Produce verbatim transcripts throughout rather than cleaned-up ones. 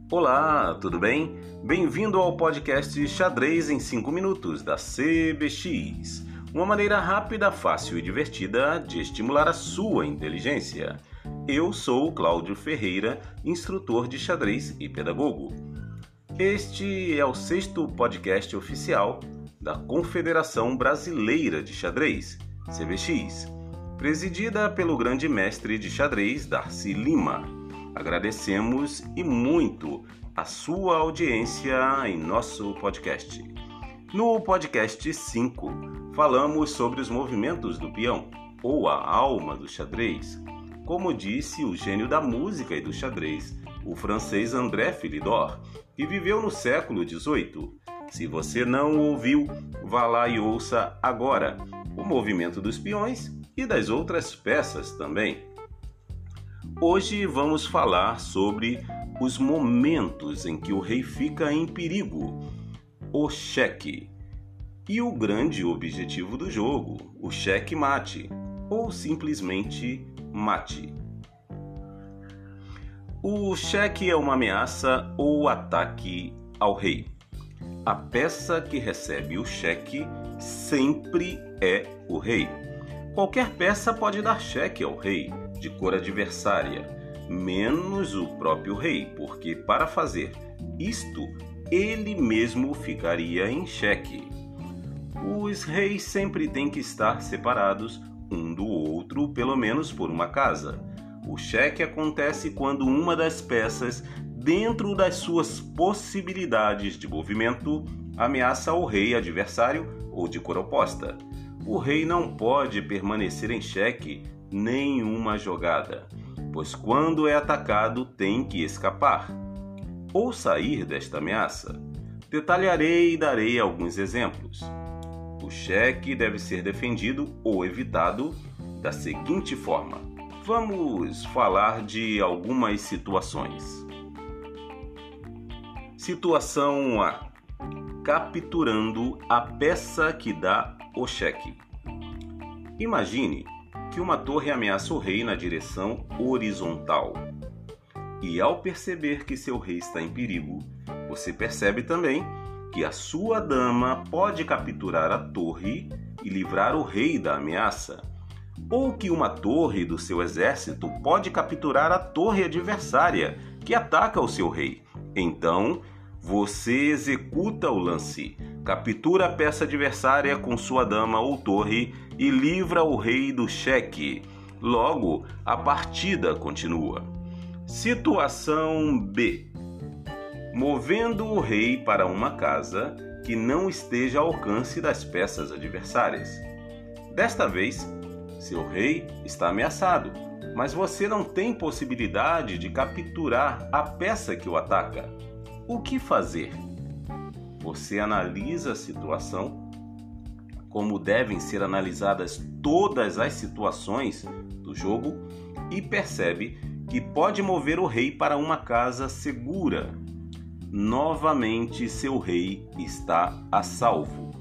Olá, tudo bem? Bem-vindo ao podcast Xadrez em cinco minutos da C B X. Uma maneira rápida, fácil e divertida de estimular a sua inteligência. Eu sou Cláudio Ferreira, instrutor de xadrez e pedagogo. Este é o sexto podcast oficial da Confederação Brasileira de Xadrez, C B X, presidida pelo grande mestre de xadrez Darcy Lima. Agradecemos e muito a sua audiência em nosso podcast. No podcast cinco, falamos sobre os movimentos do peão, ou a alma do xadrez. Como disse o gênio da música e do xadrez, o francês André Philidor, que viveu no século dezoito. Se você não ouviu, vá lá e ouça agora o movimento dos peões e das outras peças também. Hoje vamos falar sobre os momentos em que o rei fica em perigo, o cheque, e o grande objetivo do jogo, o cheque-mate, ou simplesmente mate. O cheque é uma ameaça ou ataque ao rei. A peça que recebe o cheque sempre é o rei. Qualquer peça pode dar cheque ao rei, de cor adversária, menos o próprio rei, porque para fazer isto, ele mesmo ficaria em xeque. Os reis sempre têm que estar separados um do outro, pelo menos por uma casa. O cheque acontece quando uma das peças, dentro das suas possibilidades de movimento, ameaça o rei adversário ou de cor oposta. O rei não pode permanecer em xeque nenhuma jogada, pois quando é atacado tem que escapar ou sair desta ameaça. Detalharei e darei alguns exemplos. O cheque deve ser defendido ou evitado da seguinte forma. Vamos falar de algumas situações. Situação A. Capturando a peça que dá o cheque. Imagine que uma torre ameaça o rei na direção horizontal. E ao perceber que seu rei está em perigo, você percebe também que a sua dama pode capturar a torre e livrar o rei da ameaça, ou que uma torre do seu exército pode capturar a torre adversária que ataca o seu rei. Então, você executa o lance, captura a peça adversária com sua dama ou torre e livra o rei do cheque. Logo, a partida continua. Situação B. Movendo o rei para uma casa que não esteja ao alcance das peças adversárias. Desta vez, seu rei está ameaçado, mas você não tem possibilidade de capturar a peça que o ataca. O que fazer? Você analisa a situação, como devem ser analisadas todas as situações do jogo, e percebe que pode mover o rei para uma casa segura. Novamente, seu rei está a salvo.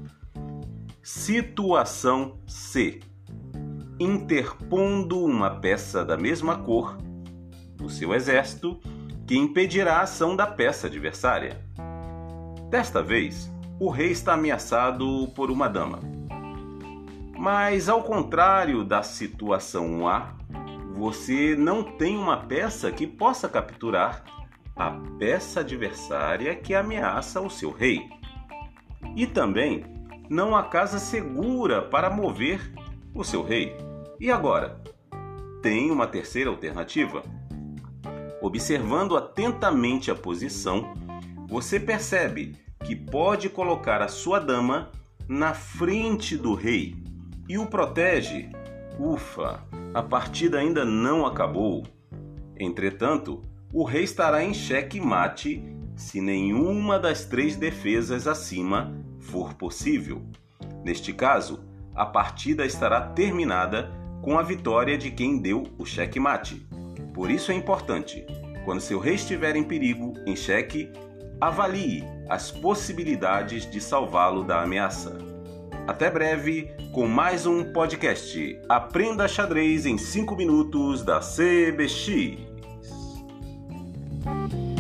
Situação C. Interpondo uma peça da mesma cor do seu exército que impedirá a ação da peça adversária. Desta vez, o rei está ameaçado por uma dama. Mas, ao contrário da situação A, você não tem uma peça que possa capturar a peça adversária que ameaça o seu rei. E também não há casa segura para mover o seu rei. E agora? Tem uma terceira alternativa? Observando atentamente a posição, você percebe que pode colocar a sua dama na frente do rei e o protege. Ufa, a partida ainda não acabou. Entretanto, o rei estará em xeque-mate se nenhuma das três defesas acima for possível. Neste caso, a partida estará terminada com a vitória de quem deu o xeque-mate. Por isso é importante, quando seu rei estiver em perigo, em xeque, avalie as possibilidades de salvá-lo da ameaça. Até breve com mais um podcast. Aprenda xadrez em cinco minutos da C B X.